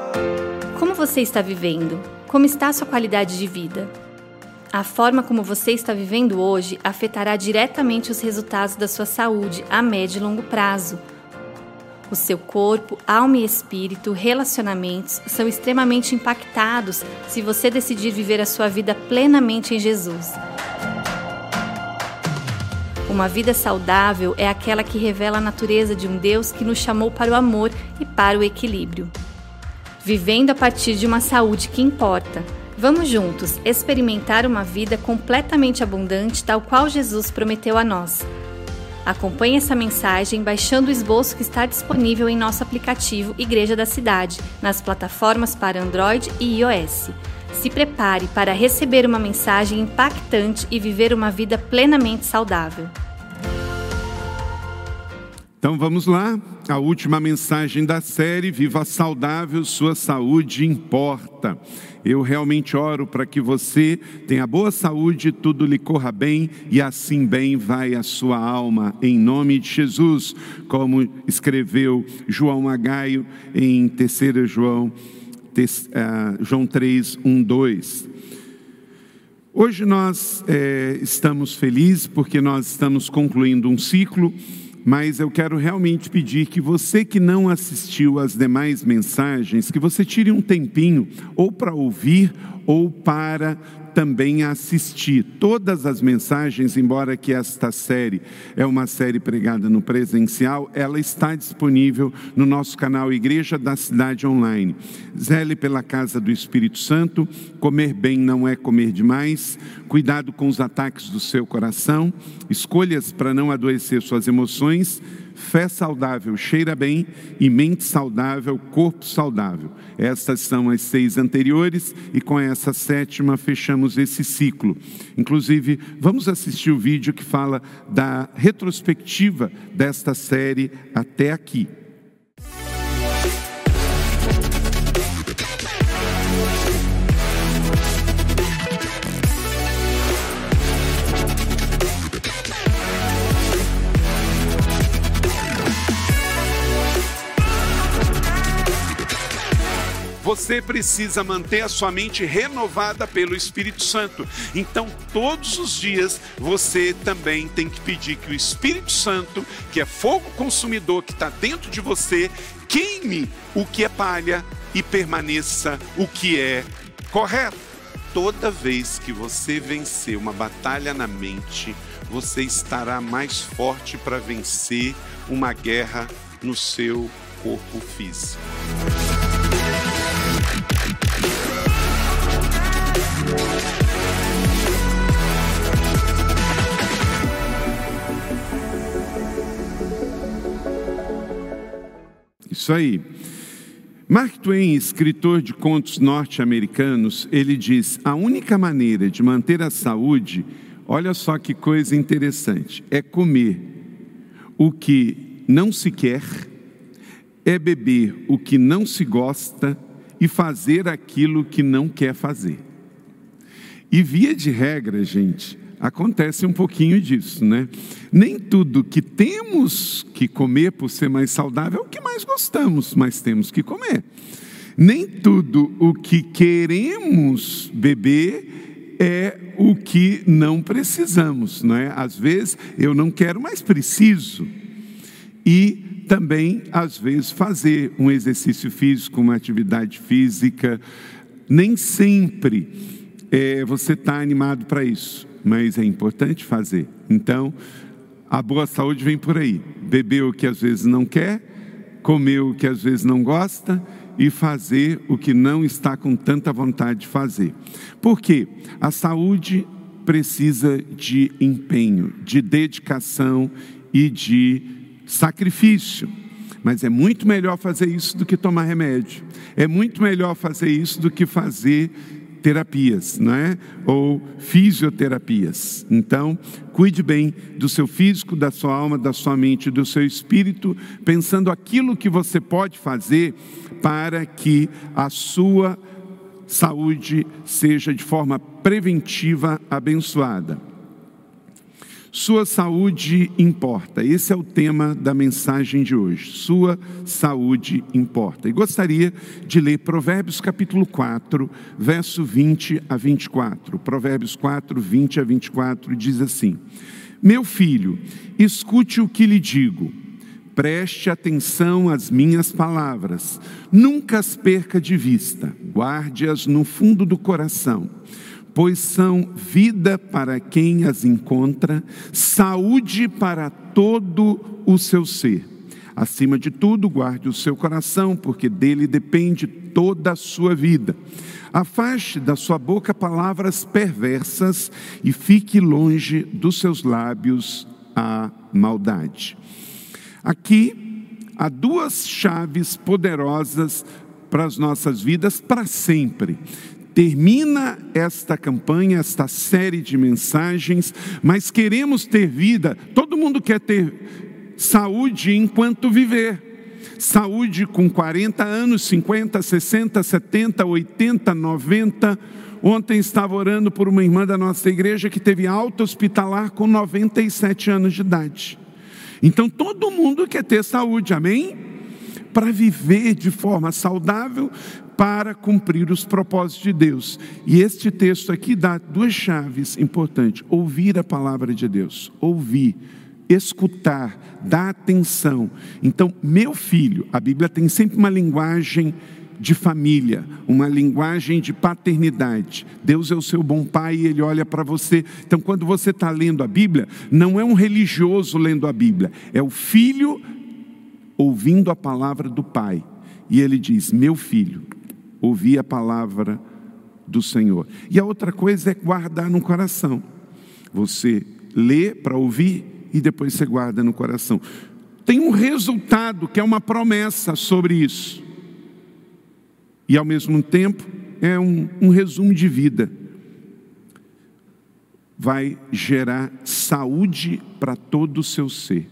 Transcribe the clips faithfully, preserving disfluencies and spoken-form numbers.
Como você está vivendo? Como está a sua qualidade de vida? A forma como você está vivendo hoje afetará diretamente os resultados da sua saúde a médio e longo prazo. O seu corpo, alma e espírito, relacionamentos são extremamente impactados se você decidir viver a sua vida plenamente em Jesus. Uma vida saudável é aquela que revela a natureza de um Deus que nos chamou para o amor e para o equilíbrio. Vivendo a partir de uma saúde que importa. Vamos juntos experimentar uma vida completamente abundante, tal qual Jesus prometeu a nós. Acompanhe essa mensagem baixando o esboço que está disponível em nosso aplicativo Igreja da Cidade, nas plataformas para Android e iOS. Se prepare para receber uma mensagem impactante e viver uma vida plenamente saudável. Então vamos lá, a última mensagem da série, Viva Saudável, Sua Saúde Importa. Eu realmente oro para que você tenha boa saúde, tudo lhe corra bem e assim bem vai a sua alma, em nome de Jesus, como escreveu João Magaio em terceira João, João três, um, dois. Hoje nós é, estamos felizes porque nós estamos concluindo um ciclo, mas eu quero realmente pedir que você que não assistiu às demais mensagens, que você tire um tempinho ou para ouvir ou para também assistir todas as mensagens, embora que esta série é uma série pregada no presencial, ela está disponível no nosso canal Igreja da Cidade Online. Zele pela casa do Espírito Santo, comer bem não é comer demais, cuidado com os ataques do seu coração, escolhas para não adoecer suas emoções, fé saudável cheira bem e mente saudável, corpo saudável. Estas são as seis anteriores e com essa sétima fechamos esse ciclo. Inclusive, vamos assistir o vídeo que fala da retrospectiva desta série até aqui. Você precisa manter a sua mente renovada pelo Espírito Santo. Então, todos os dias, você também tem que pedir que o Espírito Santo, que é fogo consumidor que está dentro de você, queime o que é palha e permaneça o que é correto. Toda vez que você vencer uma batalha na mente, você estará mais forte para vencer uma guerra no seu corpo físico. Isso aí. Mark Twain, escritor de contos norte-americanos, ele diz: a única maneira de manter a saúde, olha só que coisa interessante, é comer o que não se quer, é beber o que não se gosta e fazer aquilo que não quer fazer. E via de regra, gente, acontece um pouquinho disso, né? Nem tudo que temos que comer por ser mais saudável é o que mais gostamos, mas temos que comer. Nem tudo o que queremos beber é o que não precisamos, não é? Às vezes eu não quero, mas preciso. E também, às vezes, fazer um exercício físico, uma atividade física, nem sempre é, você está animado para isso, mas é importante fazer. Então, a boa saúde vem por aí. Beber o que às vezes não quer, comer o que às vezes não gosta e fazer o que não está com tanta vontade de fazer. Por quê? A saúde precisa de empenho, de dedicação e de sacrifício. Mas é muito melhor fazer isso do que tomar remédio. É muito melhor fazer isso do que fazer terapias, não é? Ou fisioterapias. Então, cuide bem do seu físico, da sua alma, da sua mente, do seu espírito, pensando aquilo que você pode fazer para que a sua saúde seja de forma preventiva abençoada. Sua saúde importa. Esse é o tema da mensagem de hoje. Sua saúde importa. E gostaria de ler Provérbios capítulo quatro, verso vinte a vinte e quatro. Provérbios quatro, vinte a vinte e quatro diz assim: Meu filho, escute o que lhe digo. Preste atenção às minhas palavras. Nunca as perca de vista. Guarde-as no fundo do coração, pois são vida para quem as encontra, saúde para todo o seu ser. Acima de tudo, guarde o seu coração, porque dele depende toda a sua vida. Afaste da sua boca palavras perversas e fique longe dos seus lábios a maldade. Aqui há duas chaves poderosas para as nossas vidas para sempre. Termina esta campanha, esta série de mensagens, mas queremos ter vida. Todo mundo quer ter saúde enquanto viver. Saúde com quarenta anos, cinquenta, sessenta, setenta, oitenta, noventa. Ontem estava orando por uma irmã da nossa igreja que teve alta hospitalar com noventa e sete anos de idade. Então todo mundo quer ter saúde, amém? Para viver de forma saudável, para cumprir os propósitos de Deus. E este texto aqui dá duas chaves importantes: ouvir a palavra de Deus, ouvir, escutar, dar atenção. Então, meu filho, a Bíblia tem sempre uma linguagem de família, uma linguagem de paternidade. Deus é o seu bom pai e Ele olha para você. Então, quando você está lendo a Bíblia, não é um religioso lendo a Bíblia, é o filho ouvindo a palavra do pai. E ele diz: meu filho, ouvi a palavra do Senhor. E a outra coisa é guardar no coração. Você lê para ouvir e depois você guarda no coração. Tem um resultado que é uma promessa sobre isso. E ao mesmo tempo é um, um resumo de vida. Vai gerar saúde para todo o seu ser.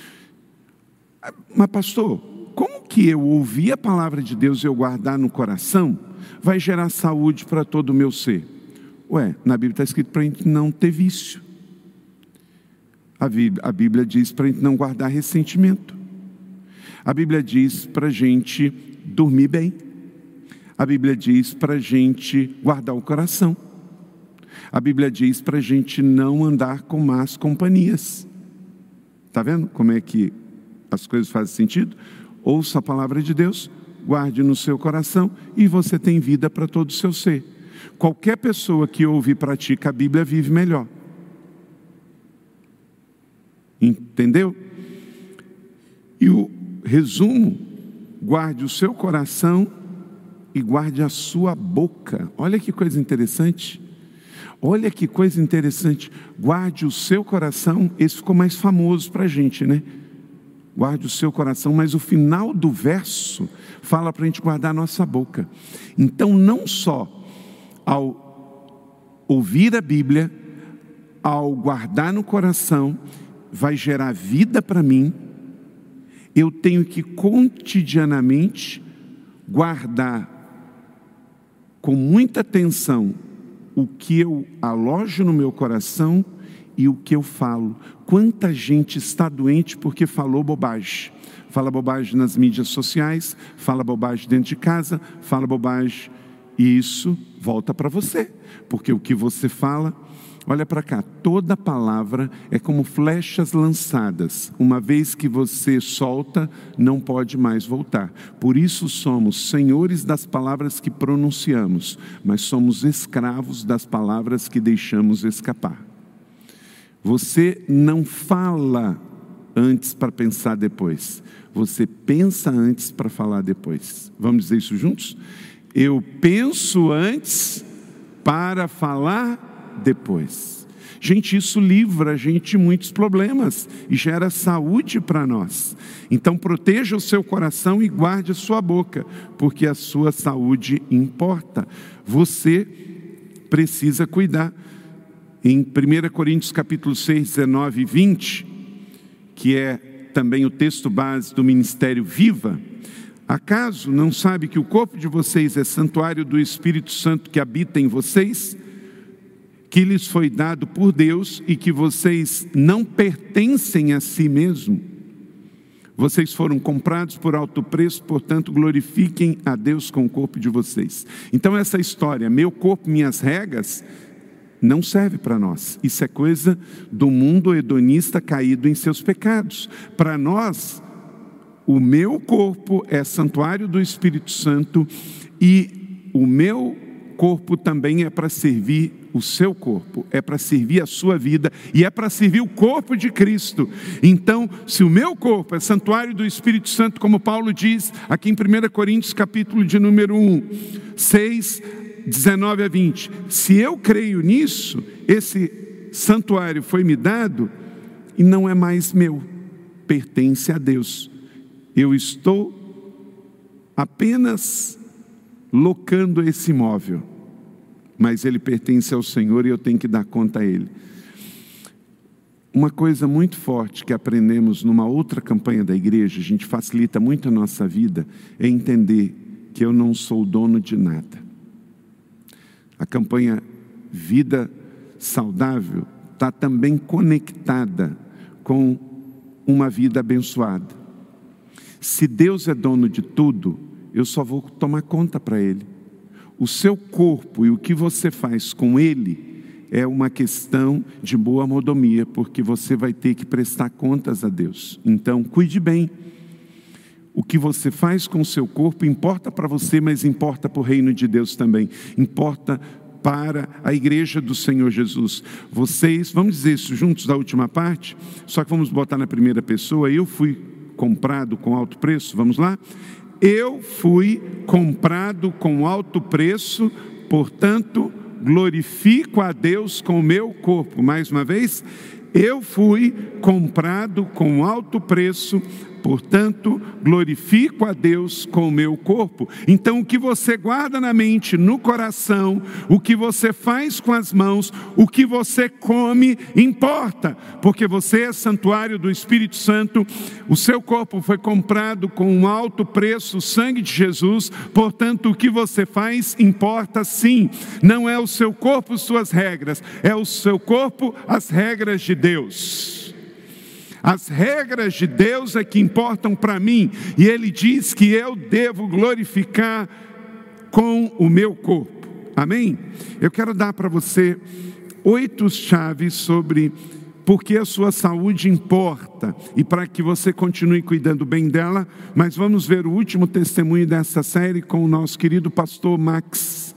Mas pastor, como que eu ouvir a palavra de Deus e eu guardar no coração vai gerar saúde para todo o meu ser? Ué, na Bíblia está escrito para a gente não ter vício. A Bíblia, a Bíblia diz para a gente não guardar ressentimento. A Bíblia diz para a gente dormir bem. A Bíblia diz para a gente guardar o coração. A Bíblia diz para a gente não andar com más companhias. Está vendo como é que as coisas fazem sentido? Ouça a palavra de Deus, guarde no seu coração e você tem vida para todo o seu ser. Qualquer pessoa que ouve e pratica a Bíblia vive melhor. Entendeu? E o resumo: guarde o seu coração e guarde a sua boca. Olha que coisa interessante. Olha que coisa interessante. Guarde o seu coração. Esse ficou mais famoso para a gente, né? Guarde o seu coração, mas o final do verso fala para a gente guardar a nossa boca. Então, não só ao ouvir a Bíblia, ao guardar no coração, vai gerar vida para mim, eu tenho que cotidianamente guardar com muita atenção o que eu alojo no meu coração e o que eu falo. Quanta gente está doente porque falou bobagem. Fala bobagem nas mídias sociais, fala bobagem dentro de casa, fala bobagem, e isso volta para você, porque o que você fala, olha para cá, toda palavra é como flechas lançadas. Uma vez que você solta, não pode mais voltar. Por isso somos senhores das palavras que pronunciamos, mas somos escravos das palavras que deixamos escapar. Você não fala antes para pensar depois. Você pensa antes para falar depois. Vamos dizer isso juntos? Eu penso antes para falar depois. Gente, isso livra a gente de muitos problemas e gera saúde para nós. Então proteja o seu coração e guarde a sua boca, porque a sua saúde importa. Você precisa cuidar. Em primeira Coríntios capítulo seis, dezenove e vinte, que é também o texto base do Ministério Viva: acaso não sabe que o corpo de vocês é santuário do Espírito Santo que habita em vocês, que lhes foi dado por Deus e que vocês não pertencem a si mesmo. Vocês foram comprados por alto preço, portanto glorifiquem a Deus com o corpo de vocês. Então essa história, meu corpo, minhas regras, não serve para nós. Isso é coisa do mundo hedonista caído em seus pecados. Para nós, o meu corpo é santuário do Espírito Santo e o meu corpo também é para servir o seu corpo, é para servir a sua vida e é para servir o corpo de Cristo. Então, se o meu corpo é santuário do Espírito Santo, como Paulo diz aqui em primeira Coríntios, capítulo de número um, seis, dezenove a vinte, se eu creio nisso, esse santuário foi me dado e não é mais meu, pertence a Deus. Eu estou apenas locando esse imóvel, mas ele pertence ao Senhor e eu tenho que dar conta a Ele. Uma coisa muito forte que aprendemos numa outra campanha da igreja, a gente facilita muito a nossa vida, é entender que eu não sou dono de nada. A campanha Vida Saudável está também conectada com uma vida abençoada. Se Deus é dono de tudo, eu só vou tomar conta para Ele. O seu corpo e o que você faz com ele é uma questão de boa mordomia, porque você vai ter que prestar contas a Deus. Então, cuide bem. O que você faz com o seu corpo importa para você, mas importa para o reino de Deus também. Importa para a igreja do Senhor Jesus. Vocês, vamos dizer isso juntos da última parte, só que vamos botar na primeira pessoa. Eu fui comprado com alto preço, vamos lá? Eu fui comprado com alto preço, portanto, glorifico a Deus com o meu corpo. Mais uma vez, eu fui comprado com alto preço, portanto, glorifico a Deus com o meu corpo. Então, o que você guarda na mente, no coração, o que você faz com as mãos, o que você come, importa, porque você é santuário do Espírito Santo, o seu corpo foi comprado com um alto preço, o sangue de Jesus, portanto, o que você faz importa sim. Não é o seu corpo, suas regras, é o seu corpo, as regras de Deus. As regras de Deus é que importam para mim, e Ele diz que eu devo glorificar com o meu corpo. Amém? Eu quero dar para você oito chaves sobre por que a sua saúde importa e para que você continue cuidando bem dela, mas vamos ver o último testemunho dessa série com o nosso querido pastor Max.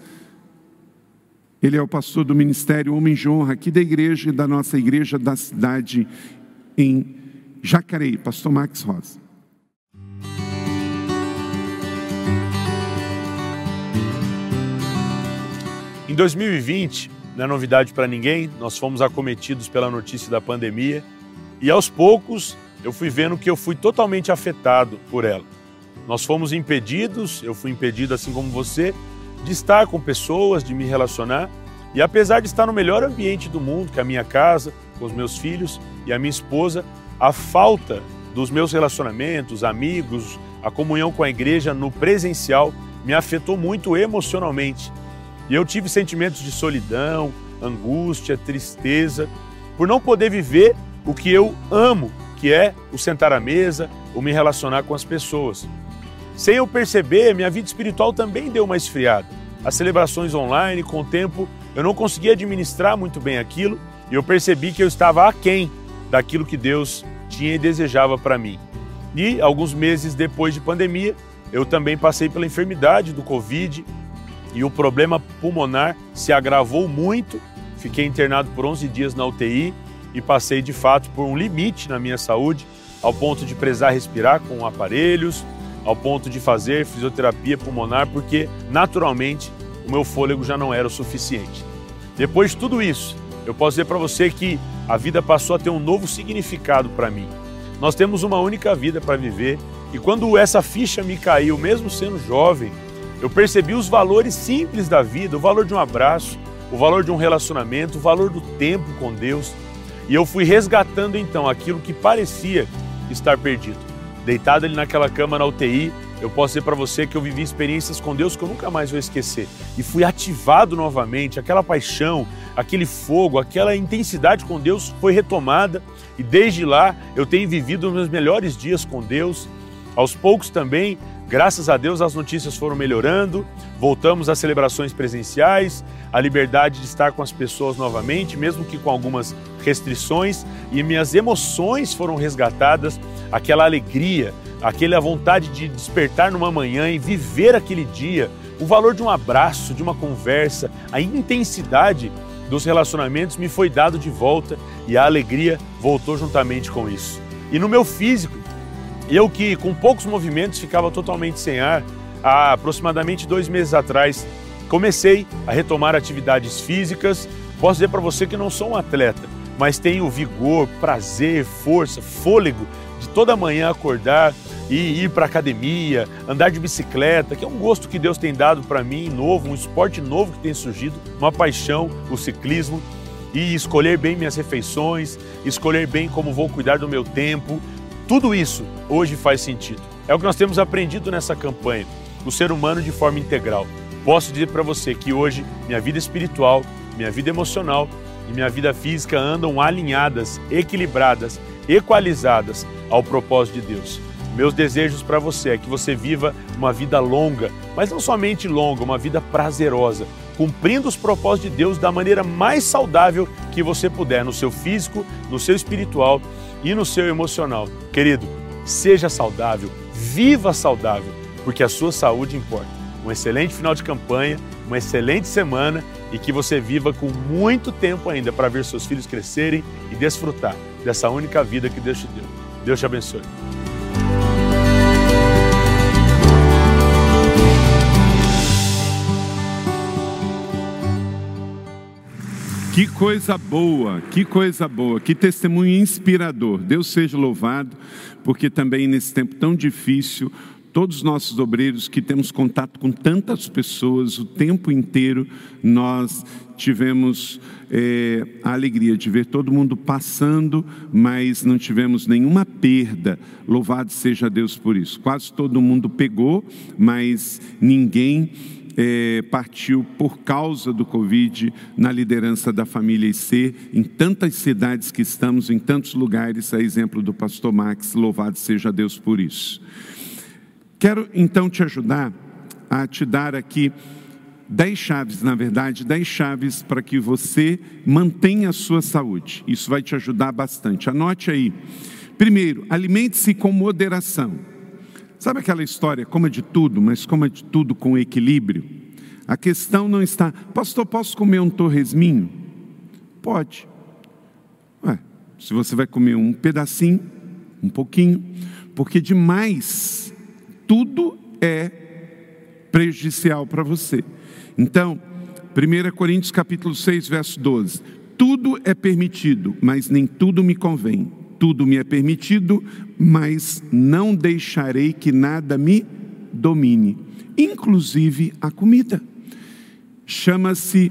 Ele é o pastor do Ministério Homem de Honra aqui da igreja e da nossa igreja da cidade em Jacareí, pastor Max Rosa. Em dois mil e vinte, não é novidade para ninguém, nós fomos acometidos pela notícia da pandemia e aos poucos eu fui vendo que eu fui totalmente afetado por ela. Nós fomos impedidos, eu fui impedido assim como você, de estar com pessoas, de me relacionar, e apesar de estar no melhor ambiente do mundo, que é a minha casa, com os meus filhos e a minha esposa, a falta dos meus relacionamentos, amigos, a comunhão com a igreja no presencial me afetou muito emocionalmente. E eu tive sentimentos de solidão, angústia, tristeza, por não poder viver o que eu amo, que é o sentar à mesa, o me relacionar com as pessoas. Sem eu perceber, minha vida espiritual também deu uma esfriada. As celebrações online, com o tempo, eu não conseguia administrar muito bem aquilo e eu percebi que eu estava aquém daquilo que Deus tinha e desejava para mim. E alguns meses depois de pandemia, eu também passei pela enfermidade do Covid e o problema pulmonar se agravou muito. Fiquei internado por onze dias na U T I e passei de fato por um limite na minha saúde, ao ponto de precisar respirar com aparelhos, ao ponto de fazer fisioterapia pulmonar, porque naturalmente o meu fôlego já não era o suficiente. Depois de tudo isso, eu posso dizer para você que a vida passou a ter um novo significado para mim. Nós temos uma única vida para viver e quando essa ficha me caiu, mesmo sendo jovem, eu percebi os valores simples da vida, o valor de um abraço, o valor de um relacionamento, o valor do tempo com Deus. E eu fui resgatando então aquilo que parecia estar perdido. Deitado ali naquela cama na U T I, eu posso dizer para você que eu vivi experiências com Deus que eu nunca mais vou esquecer. E fui ativado novamente, aquela paixão, aquele fogo, aquela intensidade com Deus foi retomada. E desde lá eu tenho vivido os meus melhores dias com Deus. Aos poucos também, graças a Deus, as notícias foram melhorando, voltamos às celebrações presenciais, a liberdade de estar com as pessoas novamente, mesmo que com algumas restrições, e minhas emoções foram resgatadas, aquela alegria, aquela vontade de despertar numa manhã e viver aquele dia, o valor de um abraço, de uma conversa, a intensidade dos relacionamentos me foi dado de volta e a alegria voltou juntamente com isso. E no meu físico, eu que com poucos movimentos ficava totalmente sem ar, há aproximadamente dois meses atrás, comecei a retomar atividades físicas. Posso dizer para você que não sou um atleta, mas tenho vigor, prazer, força, fôlego de toda manhã acordar e ir para a academia, andar de bicicleta, que é um gosto que Deus tem dado para mim, novo, um esporte novo que tem surgido, uma paixão, o ciclismo, e escolher bem minhas refeições, escolher bem como vou cuidar do meu tempo. Tudo isso hoje faz sentido. É o que nós temos aprendido nessa campanha, o ser humano de forma integral. Posso dizer para você que hoje minha vida espiritual, minha vida emocional e minha vida física andam alinhadas, equilibradas, equalizadas ao propósito de Deus. Meus desejos para você é que você viva uma vida longa, mas não somente longa, uma vida prazerosa, cumprindo os propósitos de Deus da maneira mais saudável que você puder, no seu físico, no seu espiritual e no seu emocional. Querido, seja saudável, viva saudável, porque a sua saúde importa. Um excelente final de campanha, uma excelente semana e que você viva com muito tempo ainda para ver seus filhos crescerem e desfrutar dessa única vida que Deus te deu. Deus te abençoe. Que coisa boa, que coisa boa, que testemunho inspirador. Deus seja louvado, porque também nesse tempo tão difícil, todos os nossos obreiros que temos contato com tantas pessoas o tempo inteiro, nós tivemos é, a alegria de ver todo mundo passando, mas não tivemos nenhuma perda. Louvado seja Deus por isso. Quase todo mundo pegou, mas ninguém É, partiu por causa do Covid na liderança da família I C, em tantas cidades que estamos, em tantos lugares, a exemplo do pastor Max, louvado seja Deus por isso. Quero então te ajudar a te dar aqui dez chaves, na verdade, dez chaves para que você mantenha a sua saúde. Isso vai te ajudar bastante. Anote aí. Primeiro, alimente-se com moderação. Sabe aquela história, coma de tudo, mas coma de tudo com equilíbrio? A questão não está, pastor, posso comer um torresminho? Pode. Ué, se você vai comer um pedacinho, um pouquinho, porque demais, tudo é prejudicial para você. Então, primeira Coríntios capítulo seis, verso doze. Tudo é permitido, mas nem tudo me convém. Tudo me é permitido, mas não deixarei que nada me domine, inclusive a comida. Chama-se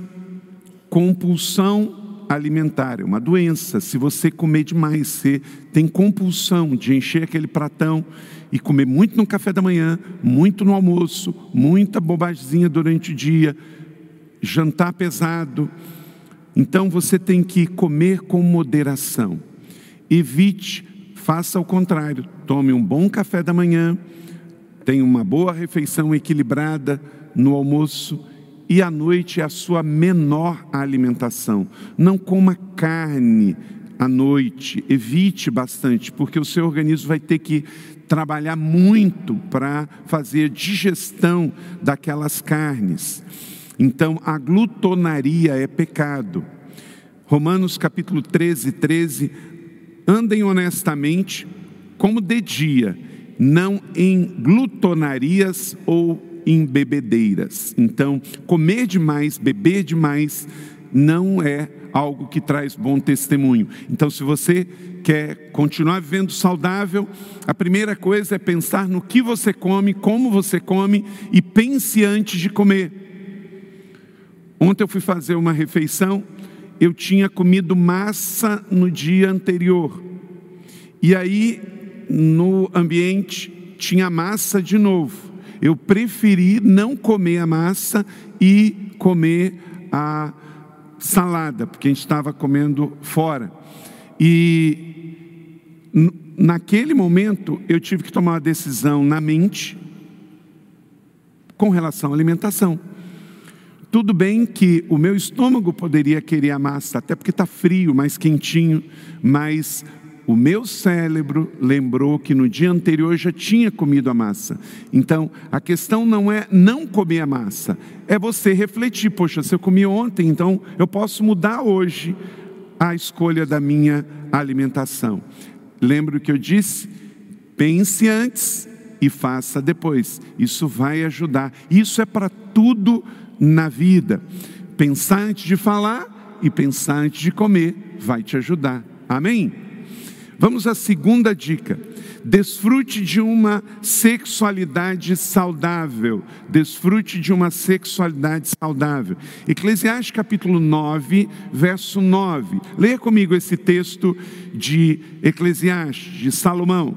compulsão alimentar, é uma doença. Se você comer demais, você tem compulsão de encher aquele pratão e comer muito no café da manhã, muito no almoço, muita bobagemzinha durante o dia, jantar pesado. Então você tem que comer com moderação. Evite, faça o contrário, tome um bom café da manhã, tenha uma boa refeição equilibrada no almoço e à noite é a sua menor alimentação. Não coma carne à noite, evite bastante, porque o seu organismo vai ter que trabalhar muito para fazer a digestão daquelas carnes. Então a glutonaria é pecado. Romanos capítulo treze, treze, andem honestamente, como de dia, não em glutonarias ou em bebedeiras. Então, comer demais, beber demais, não é algo que traz bom testemunho. Então, se você quer continuar vivendo saudável, a primeira coisa é pensar no que você come, como você come, e pense antes de comer. Ontem eu fui fazer uma refeição, eu tinha comido massa no dia anterior. E aí, no ambiente, tinha massa de novo. Eu preferi não comer a massa e comer a salada, porque a gente estava comendo fora. E naquele momento eu tive que tomar uma decisão na mente com relação à alimentação. Tudo bem que o meu estômago poderia querer a massa, até porque está frio, mais quentinho, mas o meu cérebro lembrou que no dia anterior eu já tinha comido a massa. Então, a questão não é não comer a massa, é você refletir, poxa, se eu comi ontem, então eu posso mudar hoje a escolha da minha alimentação. Lembra o que eu disse? Pense antes e faça depois. Isso vai ajudar. Isso é para tudo na vida. Pensar antes de falar e pensar antes de comer vai te ajudar. Amém? Vamos à segunda dica. Desfrute de uma sexualidade saudável. Desfrute de uma sexualidade saudável. Eclesiastes capítulo nove, verso nove. Leia comigo esse texto de Eclesiastes, de Salomão.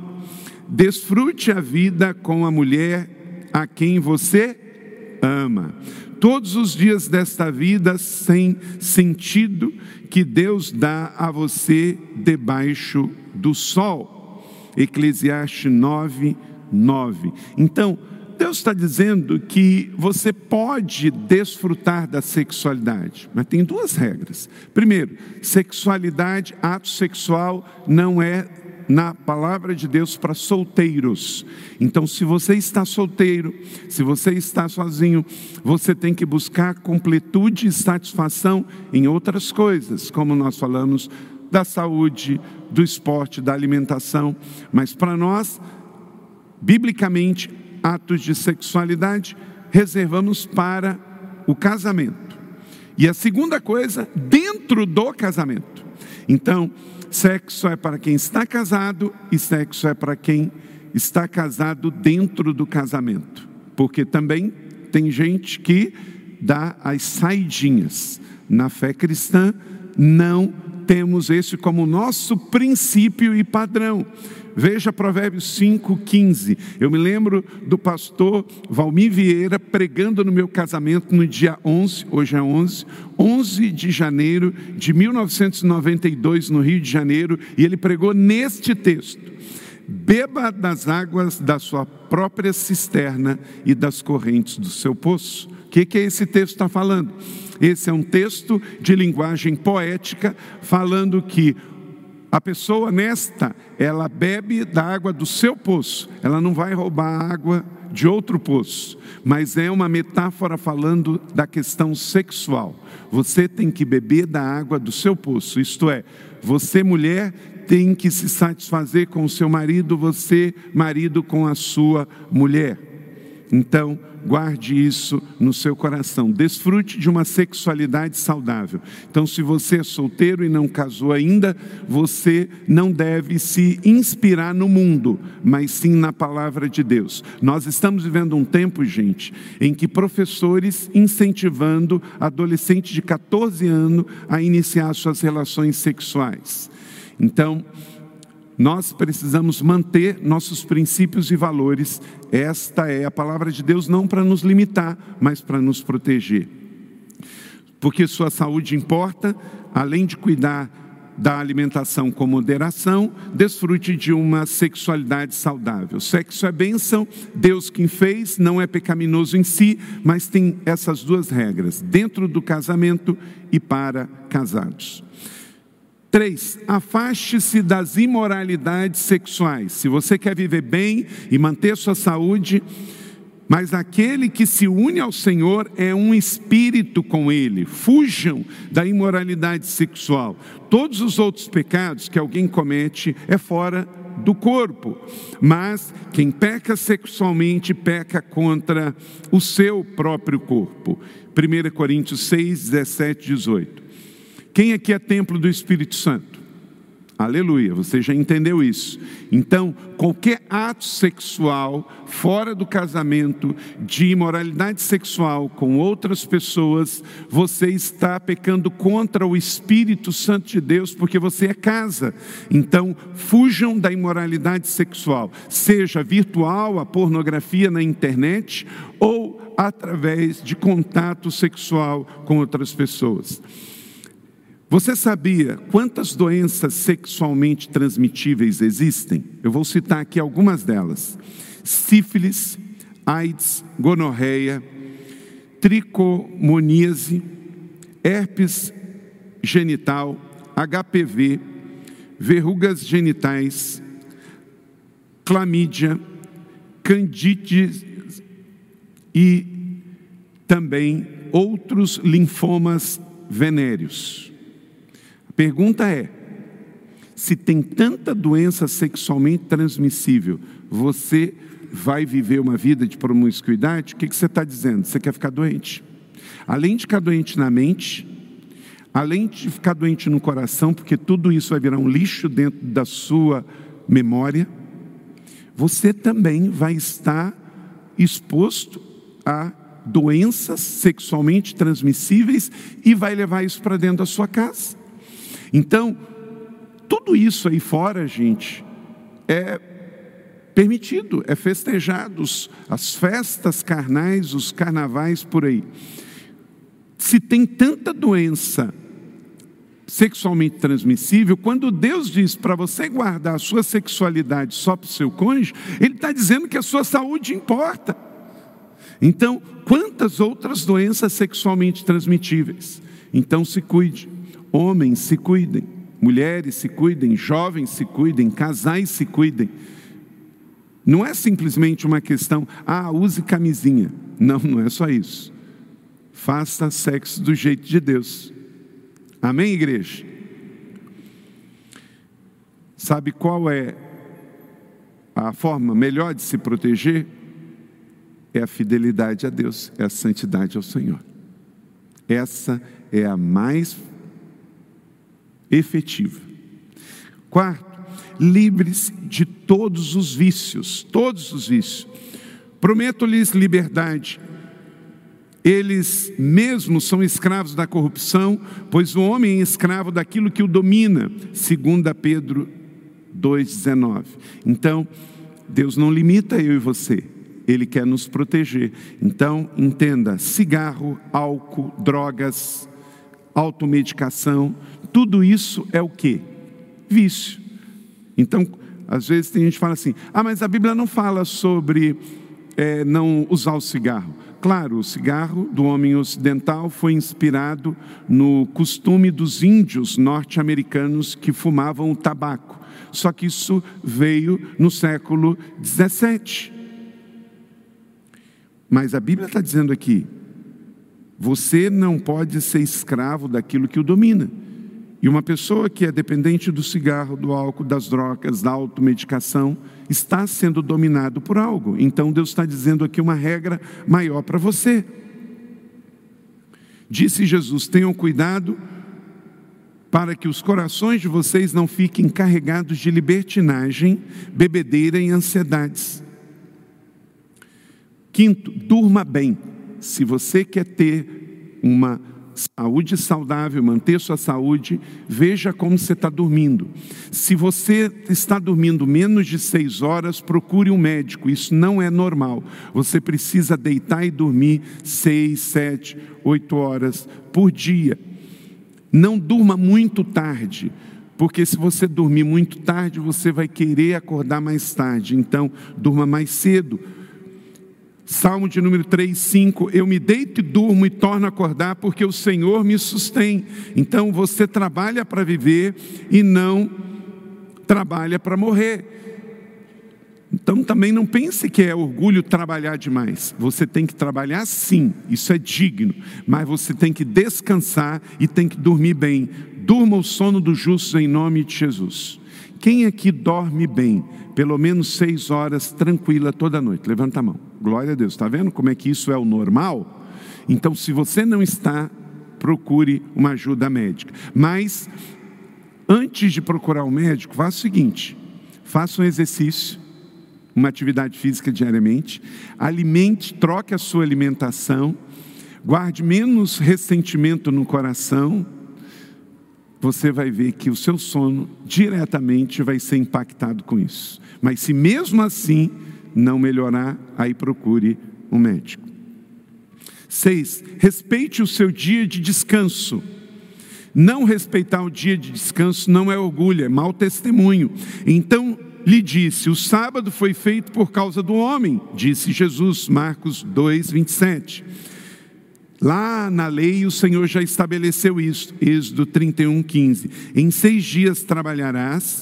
Desfrute a vida com a mulher a quem você ama. Todos os dias desta vida sem sentido que Deus dá a você debaixo do sol. Eclesiastes nove, nove. Então, Deus está dizendo que você pode desfrutar da sexualidade, mas tem duas regras. Primeiro, sexualidade, ato sexual não é na palavra de Deus para solteiros. Então, se você está solteiro, se você está sozinho, você tem que buscar completude e satisfação em outras coisas, como nós falamos da saúde, do esporte, da alimentação. Mas para nós, biblicamente, atos de sexualidade reservamos para o casamento. E a segunda coisa, dentro do casamento. Então, sexo é para quem está casado e sexo é para quem está casado dentro do casamento. Porque também tem gente que dá as saidinhas. Na fé cristã, não temos esse como nosso princípio e padrão. Veja Provérbios cinco, quinze. Eu me lembro do pastor Valmir Vieira pregando no meu casamento no dia onze, hoje é onze, onze de janeiro de mil novecentos e noventa e dois, no Rio de Janeiro, e ele pregou neste texto: beba das águas da sua própria cisterna e das correntes do seu poço. O que, que esse texto está falando? Esse é um texto de linguagem poética, falando que a pessoa honesta, ela bebe da água do seu poço, ela não vai roubar a água de outro poço, mas é uma metáfora falando da questão sexual. Você tem que beber da água do seu poço, isto é, você mulher tem que se satisfazer com o seu marido, você marido com a sua mulher. Então, guarde isso no seu coração. Desfrute de uma sexualidade saudável. Então, se você é solteiro e não casou ainda, você não deve se inspirar no mundo, mas sim na palavra de Deus. Nós estamos vivendo um tempo, gente, em que professores incentivando adolescentes de catorze anos a iniciar suas relações sexuais. Então, nós precisamos manter nossos princípios e valores. Esta é a palavra de Deus, não para nos limitar, mas para nos proteger. Porque sua saúde importa, além de cuidar da alimentação com moderação, desfrute de uma sexualidade saudável. Sexo é bênção, Deus quem fez, não é pecaminoso em si, mas tem essas duas regras, dentro do casamento e para casados. Três, afaste-se das imoralidades sexuais. Se você quer viver bem e manter sua saúde, mas aquele que se une ao Senhor é um espírito com Ele. Fujam da imoralidade sexual. Todos os outros pecados que alguém comete é fora do corpo, mas quem peca sexualmente peca contra o seu próprio corpo. primeira Coríntios seis, dezessete, dezoito. Quem aqui é templo do Espírito Santo? Aleluia, você já entendeu isso. Então, qualquer ato sexual fora do casamento, de imoralidade sexual com outras pessoas, você está pecando contra o Espírito Santo de Deus, porque você é casa. Então, fujam da imoralidade sexual, seja virtual, a pornografia na internet, ou através de contato sexual com outras pessoas. Você sabia quantas doenças sexualmente transmitíveis existem? Eu vou citar aqui algumas delas: sífilis, AIDS, gonorreia, tricomoníase, herpes genital, H P V, verrugas genitais, clamídia, candidíase e também outros linfomas venéreos. A pergunta é, se tem tanta doença sexualmente transmissível, você vai viver uma vida de promiscuidade? O que, que você está dizendo? Você quer ficar doente? Além de ficar doente na mente, além de ficar doente no coração, porque tudo isso vai virar um lixo dentro da sua memória, você também vai estar exposto a doenças sexualmente transmissíveis e vai levar isso para dentro da sua casa. Então, tudo isso aí fora, gente, é permitido, é festejado, as festas carnais, os carnavais por aí. Se tem tanta doença sexualmente transmissível, quando Deus diz para você guardar a sua sexualidade só para o seu cônjuge, Ele está dizendo que a sua saúde importa. Então, quantas outras doenças sexualmente transmitíveis? Então se cuide, homens se cuidem, mulheres se cuidem, jovens se cuidem, casais se cuidem. Não é simplesmente uma questão, ah, use camisinha. Não, não é só isso. Faça sexo do jeito de Deus. Amém, igreja? Sabe qual é a forma melhor de se proteger? É a fidelidade a Deus, é a santidade ao Senhor. Essa é a mais efetiva. Quarto, livres de todos os vícios, todos os vícios. Prometo-lhes liberdade. Eles mesmos são escravos da corrupção, pois o homem é escravo daquilo que o domina, segundo Pedro dois, dezenove. Então, Deus não limita eu e você, Ele quer nos proteger. Então, entenda, cigarro, álcool, drogas, automedicação, tudo isso é o quê? Vício. Então, às vezes tem gente que fala assim, ah, mas a Bíblia não fala sobre é, não usar o cigarro. Claro, o cigarro do homem ocidental foi inspirado no costume dos índios norte-americanos que fumavam o tabaco. Só que isso veio no século dezessete. Mas a Bíblia está dizendo aqui, você não pode ser escravo daquilo que o domina. E uma pessoa que é dependente do cigarro, do álcool, das drogas, da automedicação, está sendo dominado por algo. Então Deus está dizendo aqui uma regra maior para você. Disse Jesus, tenham cuidado para que os corações de vocês não fiquem carregados de libertinagem, bebedeira e ansiedades. Quinto, durma bem. Se você quer ter uma saúde saudável, manter sua saúde, veja como você está dormindo. Se você está dormindo menos de seis horas, procure um médico. Isso não é normal. Você precisa deitar e dormir seis, sete, oito horas por dia. Não durma muito tarde, porque se você dormir muito tarde, você vai querer acordar mais tarde. Então, durma mais cedo. Salmo de número três, cinco, eu me deito e durmo e torno a acordar porque o Senhor me sustém. Então você trabalha para viver e não trabalha para morrer. Então também não pense que é orgulho trabalhar demais. Você tem que trabalhar sim, isso é digno, mas você tem que descansar e tem que dormir bem. Durma o sono dos justos em nome de Jesus. Quem aqui dorme bem? Pelo menos seis horas tranquila toda noite. Levanta a mão. Glória a Deus. Está vendo como é que isso é o normal? Então, se você não está, procure uma ajuda médica. Mas Antes de procurar um médico, faça o seguinte: faça um exercício, uma atividade física diariamente, alimente, troque a sua alimentação, guarde menos ressentimento no coração. Você vai ver que o seu sono diretamente vai ser impactado com isso. Mas se mesmo assim não melhorar, aí procure um médico. Seis, respeite o seu dia de descanso. Não respeitar o dia de descanso não é orgulho, é mau testemunho. Então lhe disse: o sábado foi feito por causa do homem, disse Jesus, Marcos dois, vinte e sete. Lá na lei o Senhor já estabeleceu isso, Êxodo trinta e um, quinze. Em seis dias trabalharás,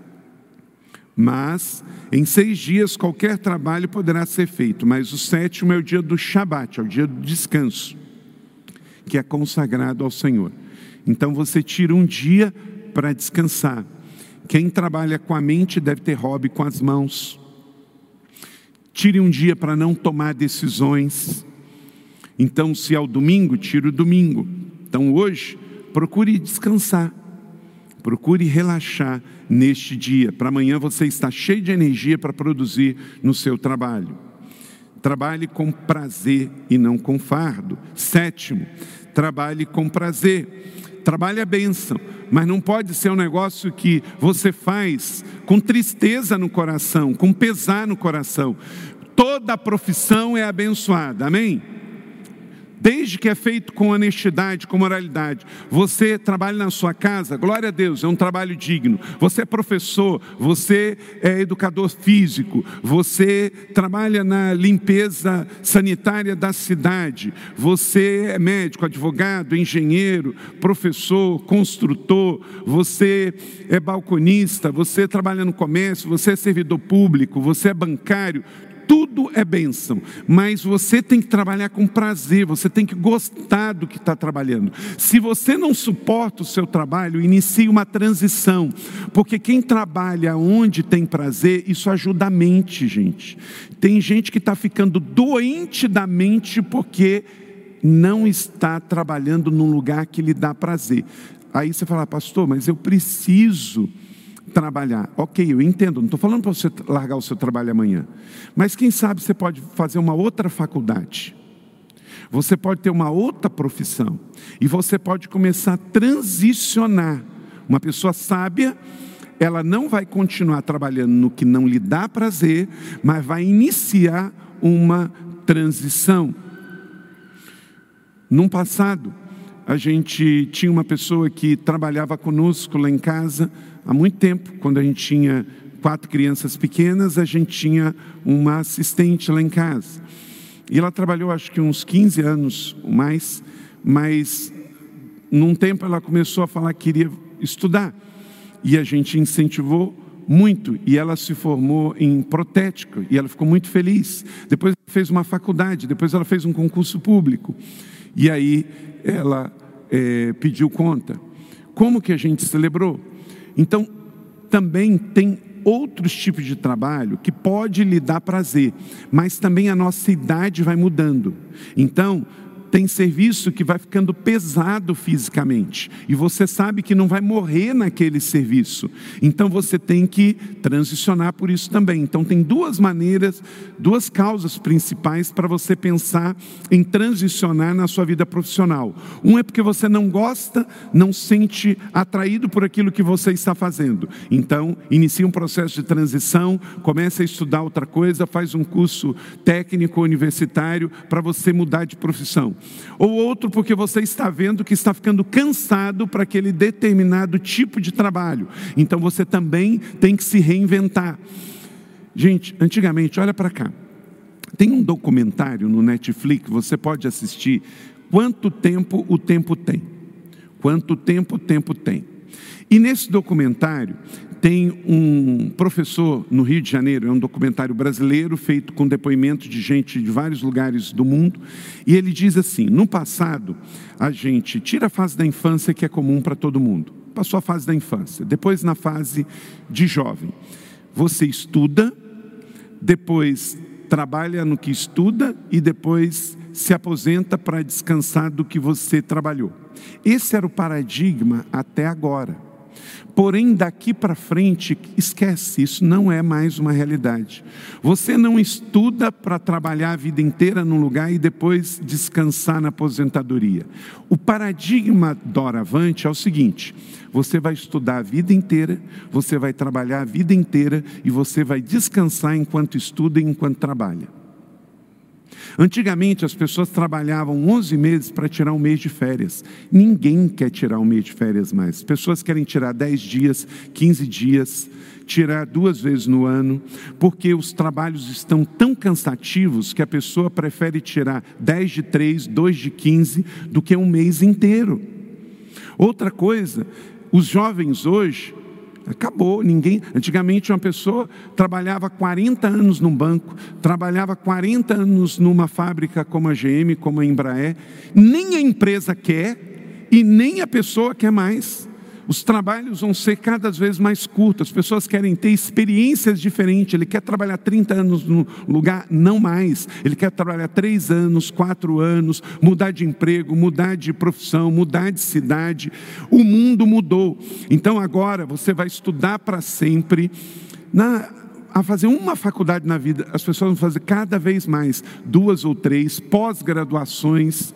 mas em seis dias qualquer trabalho poderá ser feito, mas o sétimo é o dia do Shabat, é o dia do descanso, que é consagrado ao Senhor. Então você tira um dia para descansar. Quem trabalha com a mente deve ter hobby com as mãos. Tire um dia para não tomar decisões. Então, se é o domingo, tire o domingo. Então hoje, procure descansar. Procure relaxar neste dia. Para amanhã você estar cheio de energia para produzir no seu trabalho. Trabalhe com prazer e não com fardo. Sétimo, trabalhe com prazer. Trabalho é bênção, mas não pode ser um negócio que você faz com tristeza no coração, com pesar no coração. Toda profissão é abençoada, amém? Desde que é feito com honestidade, com moralidade. Você trabalha na sua casa, glória a Deus, é um trabalho digno. Você é professor, você é educador físico, você trabalha na limpeza sanitária da cidade, você é médico, advogado, engenheiro, professor, construtor, você é balconista, você trabalha no comércio, você é servidor público, você é bancário. Tudo é bênção, mas você tem que trabalhar com prazer, você tem que gostar do que está trabalhando. Se você não suporta o seu trabalho, inicie uma transição, porque quem trabalha onde tem prazer, isso ajuda a mente, gente. Tem gente que está ficando doente da mente porque não está trabalhando num lugar que lhe dá prazer. Aí você fala: pastor, mas eu preciso trabalhar. Ok, eu entendo, não estou falando para você largar o seu trabalho amanhã, mas quem sabe você pode fazer uma outra faculdade, você pode ter uma outra profissão, e você pode começar a transicionar. Uma pessoa sábia, ela não vai continuar trabalhando no que não lhe dá prazer, mas vai iniciar uma transição. Num passado, a gente tinha uma pessoa que trabalhava conosco lá em casa há muito tempo. Quando a gente tinha quatro crianças pequenas, a gente tinha uma assistente lá em casa. E ela trabalhou acho que uns quinze anos ou mais, mas num tempo ela começou a falar que queria estudar. E a gente incentivou muito, e ela se formou em protética, e ela ficou muito feliz. Depois ela fez uma faculdade, depois ela fez um concurso público. E aí ela é, pediu conta. Como que a gente celebrou? Então, também tem outros tipos de trabalho que pode lhe dar prazer, mas também a nossa idade vai mudando. Então, tem serviço que vai ficando pesado fisicamente, e você sabe que não vai morrer naquele serviço, então você tem que transicionar por isso também. Então tem duas maneiras, duas causas principais para você pensar em transicionar na sua vida profissional. Um é porque você não gosta, não sente atraído por aquilo que você está fazendo, então inicia um processo de transição, comece a estudar outra coisa, faz um curso técnico universitário para você mudar de profissão. Ou outro porque você está vendo que está ficando cansado para aquele determinado tipo de trabalho. Então você também tem que se reinventar. Gente, antigamente, olha para cá. Tem um documentário no Netflix, você pode assistir. Quanto tempo o tempo tem? Quanto tempo o tempo tem? E nesse documentário tem um professor no Rio de Janeiro, é um documentário brasileiro feito com depoimento de gente de vários lugares do mundo, e ele diz assim: no passado, a gente tira a fase da infância, que é comum para todo mundo, passou a fase da infância, depois na fase de jovem, você estuda, depois trabalha no que estuda e depois se aposenta para descansar do que você trabalhou. Esse era o paradigma até agora. Porém, daqui para frente, esquece, isso não é mais uma realidade. Você não estuda para trabalhar a vida inteira num lugar e depois descansar na aposentadoria. O paradigma doravante é o seguinte: você vai estudar a vida inteira, você vai trabalhar a vida inteira e você vai descansar enquanto estuda e enquanto trabalha. Antigamente as pessoas trabalhavam onze meses para tirar um mês de férias. Ninguém quer tirar um mês de férias mais. As pessoas querem tirar dez dias, quinze dias, tirar duas vezes no ano, porque os trabalhos estão tão cansativos que a pessoa prefere tirar dez de três, dois de quinze, do que um mês inteiro. Outra coisa, os jovens hoje, acabou, ninguém, antigamente uma pessoa trabalhava quarenta anos num banco, trabalhava quarenta anos numa fábrica como a G M, como a Embraer, nem a empresa quer e nem a pessoa quer mais. Os trabalhos vão ser cada vez mais curtos, as pessoas querem ter experiências diferentes. Ele quer trabalhar trinta anos no lugar, não mais. Ele quer trabalhar três anos, quatro anos, mudar de emprego, mudar de profissão, mudar de cidade. O mundo mudou. Então agora você vai estudar para sempre. Na, a fazer uma faculdade na vida, as pessoas vão fazer cada vez mais, duas ou três, pós-graduações.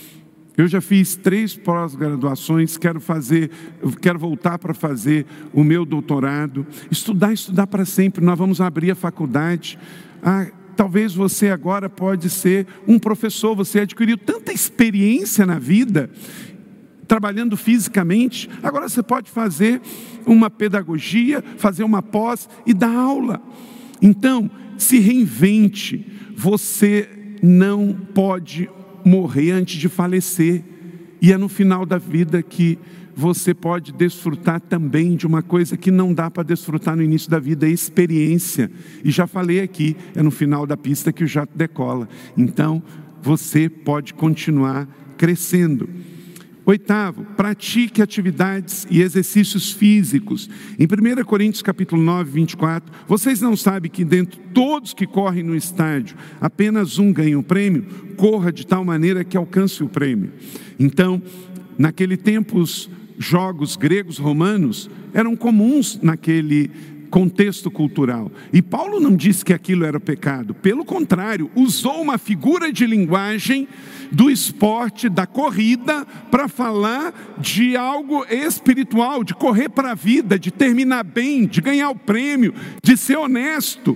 Eu já fiz três pós-graduações, quero fazer, quero voltar para fazer o meu doutorado. Estudar, estudar para sempre. Nós vamos abrir a faculdade. Ah, talvez você agora pode ser um professor, você adquiriu tanta experiência na vida, trabalhando fisicamente, agora você pode fazer uma pedagogia, fazer uma pós e dar aula. Então, se reinvente. Você não pode morrer antes de falecer, e é no final da vida que você pode desfrutar também de uma coisa que não dá para desfrutar no início da vida, é experiência. E já falei aqui, é no final da pista que o jato decola. Então, você pode continuar crescendo. Oitavo, pratique atividades e exercícios físicos. Em primeira Coríntios capítulo nove, vinte e quatro, vocês não sabem que dentre todos que correm no estádio, apenas um ganha o prêmio? Corra de tal maneira que alcance o prêmio. Então, naquele tempo, os jogos gregos romanos eram comuns naquele contexto cultural. E Paulo não disse que aquilo era pecado. Pelo contrário, usou uma figura de linguagem do esporte, da corrida, para falar de algo espiritual, de correr para a vida, de terminar bem, de ganhar o prêmio, de ser honesto.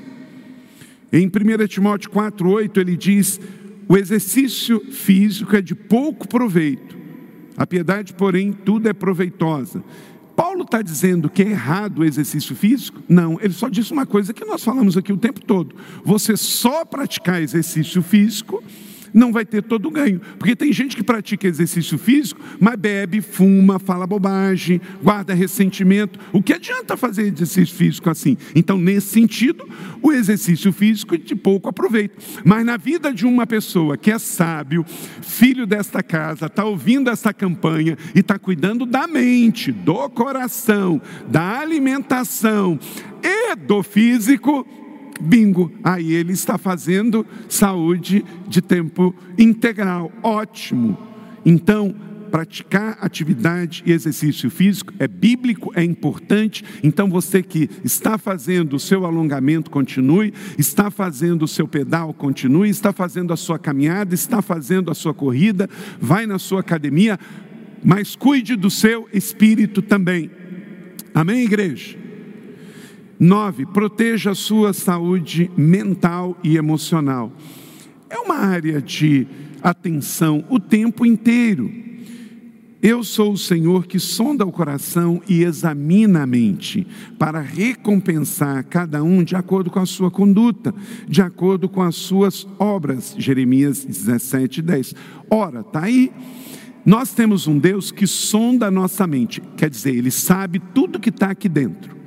Em primeira Timóteo quatro, oito, ele diz: o exercício físico é de pouco proveito, a piedade, porém, tudo é proveitosa. Paulo está dizendo que é errado o exercício físico? Não, ele só disse uma coisa que nós falamos aqui o tempo todo: você só praticar exercício físico não vai ter todo o ganho, porque tem gente que pratica exercício físico, mas bebe, fuma, fala bobagem, guarda ressentimento. O que adianta fazer exercício físico assim? Então, nesse sentido, o exercício físico de pouco aproveita. Mas na vida de uma pessoa que é sábio, filho desta casa, está ouvindo essa campanha e está cuidando da mente, do coração, da alimentação e do físico, bingo, aí ele está fazendo saúde de tempo integral, ótimo. Então, praticar atividade e exercício físico é bíblico, é importante. Então você que está fazendo o seu alongamento, continue, está fazendo o seu pedal, continue, está fazendo a sua caminhada, está fazendo a sua corrida, vai na sua academia, mas cuide do seu espírito também. Amém, igreja? Nove, proteja a sua saúde mental e emocional. É uma área de atenção o tempo inteiro. Eu sou o Senhor que sonda o coração e examina a mente, para recompensar cada um de acordo com a sua conduta, de acordo com as suas obras. Jeremias dezessete, dez. Ora, está aí. Nós temos um Deus que sonda a nossa mente, quer dizer, Ele sabe tudo que está aqui dentro.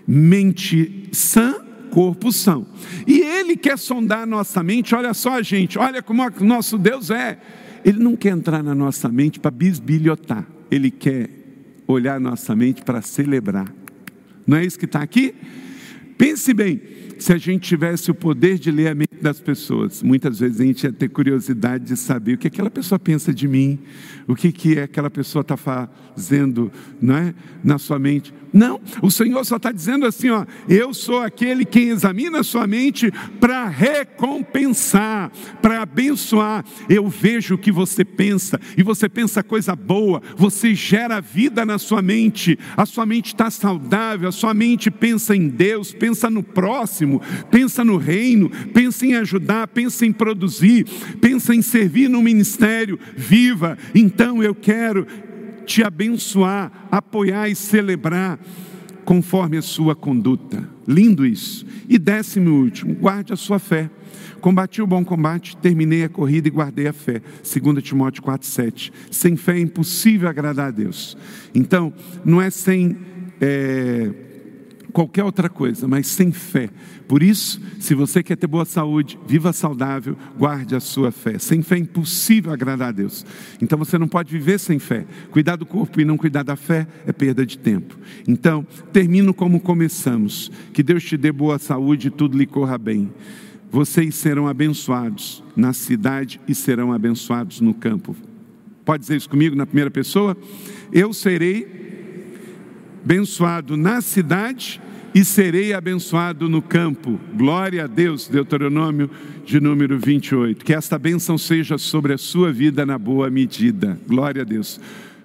Mente sã, corpo são. E Ele quer sondar a nossa mente. Olha só, gente, olha como o nosso Deus é. Ele não quer entrar na nossa mente para bisbilhotar. Ele quer olhar a nossa mente para celebrar. Não é isso que está aqui? Pense bem, se a gente tivesse o poder de ler a mente defeito das pessoas. Muitas vezes a gente ia ter curiosidade de saber o que aquela pessoa pensa de mim, o que, que aquela pessoa está fazendo, não é? Na sua mente. Não, o Senhor só está dizendo assim, ó, eu sou aquele que examina a sua mente para recompensar, para abençoar. Eu vejo o que você pensa, e você pensa coisa boa, você gera vida na sua mente, a sua mente está saudável, a sua mente pensa em Deus, pensa no próximo, pensa no reino, pensa em ajudar, pensa em produzir, pensa em servir no ministério. Viva! Então eu quero te abençoar, apoiar e celebrar conforme a sua conduta. Lindo isso. E décimo e último, guarde a sua fé. Combati o bom combate, terminei a corrida e guardei a fé. Segundo Timóteo quatro, sete. Sem fé é impossível agradar a Deus. Então, não é sem é, qualquer outra coisa, mas sem fé. Por isso, se você quer ter boa saúde, viva saudável, guarde a sua fé. Sem fé é impossível agradar a Deus. Então você não pode viver sem fé. Cuidar do corpo e não cuidar da fé é perda de tempo. Então, termino como começamos. Que Deus te dê boa saúde e tudo lhe corra bem. Vocês serão abençoados na cidade e serão abençoados no campo. Pode dizer isso comigo na primeira pessoa? Eu serei abençoado na cidade e serei abençoado no campo. Glória a Deus. Deuteronômio de número vinte e oito. Que esta bênção seja sobre a sua vida na boa medida. Glória a Deus.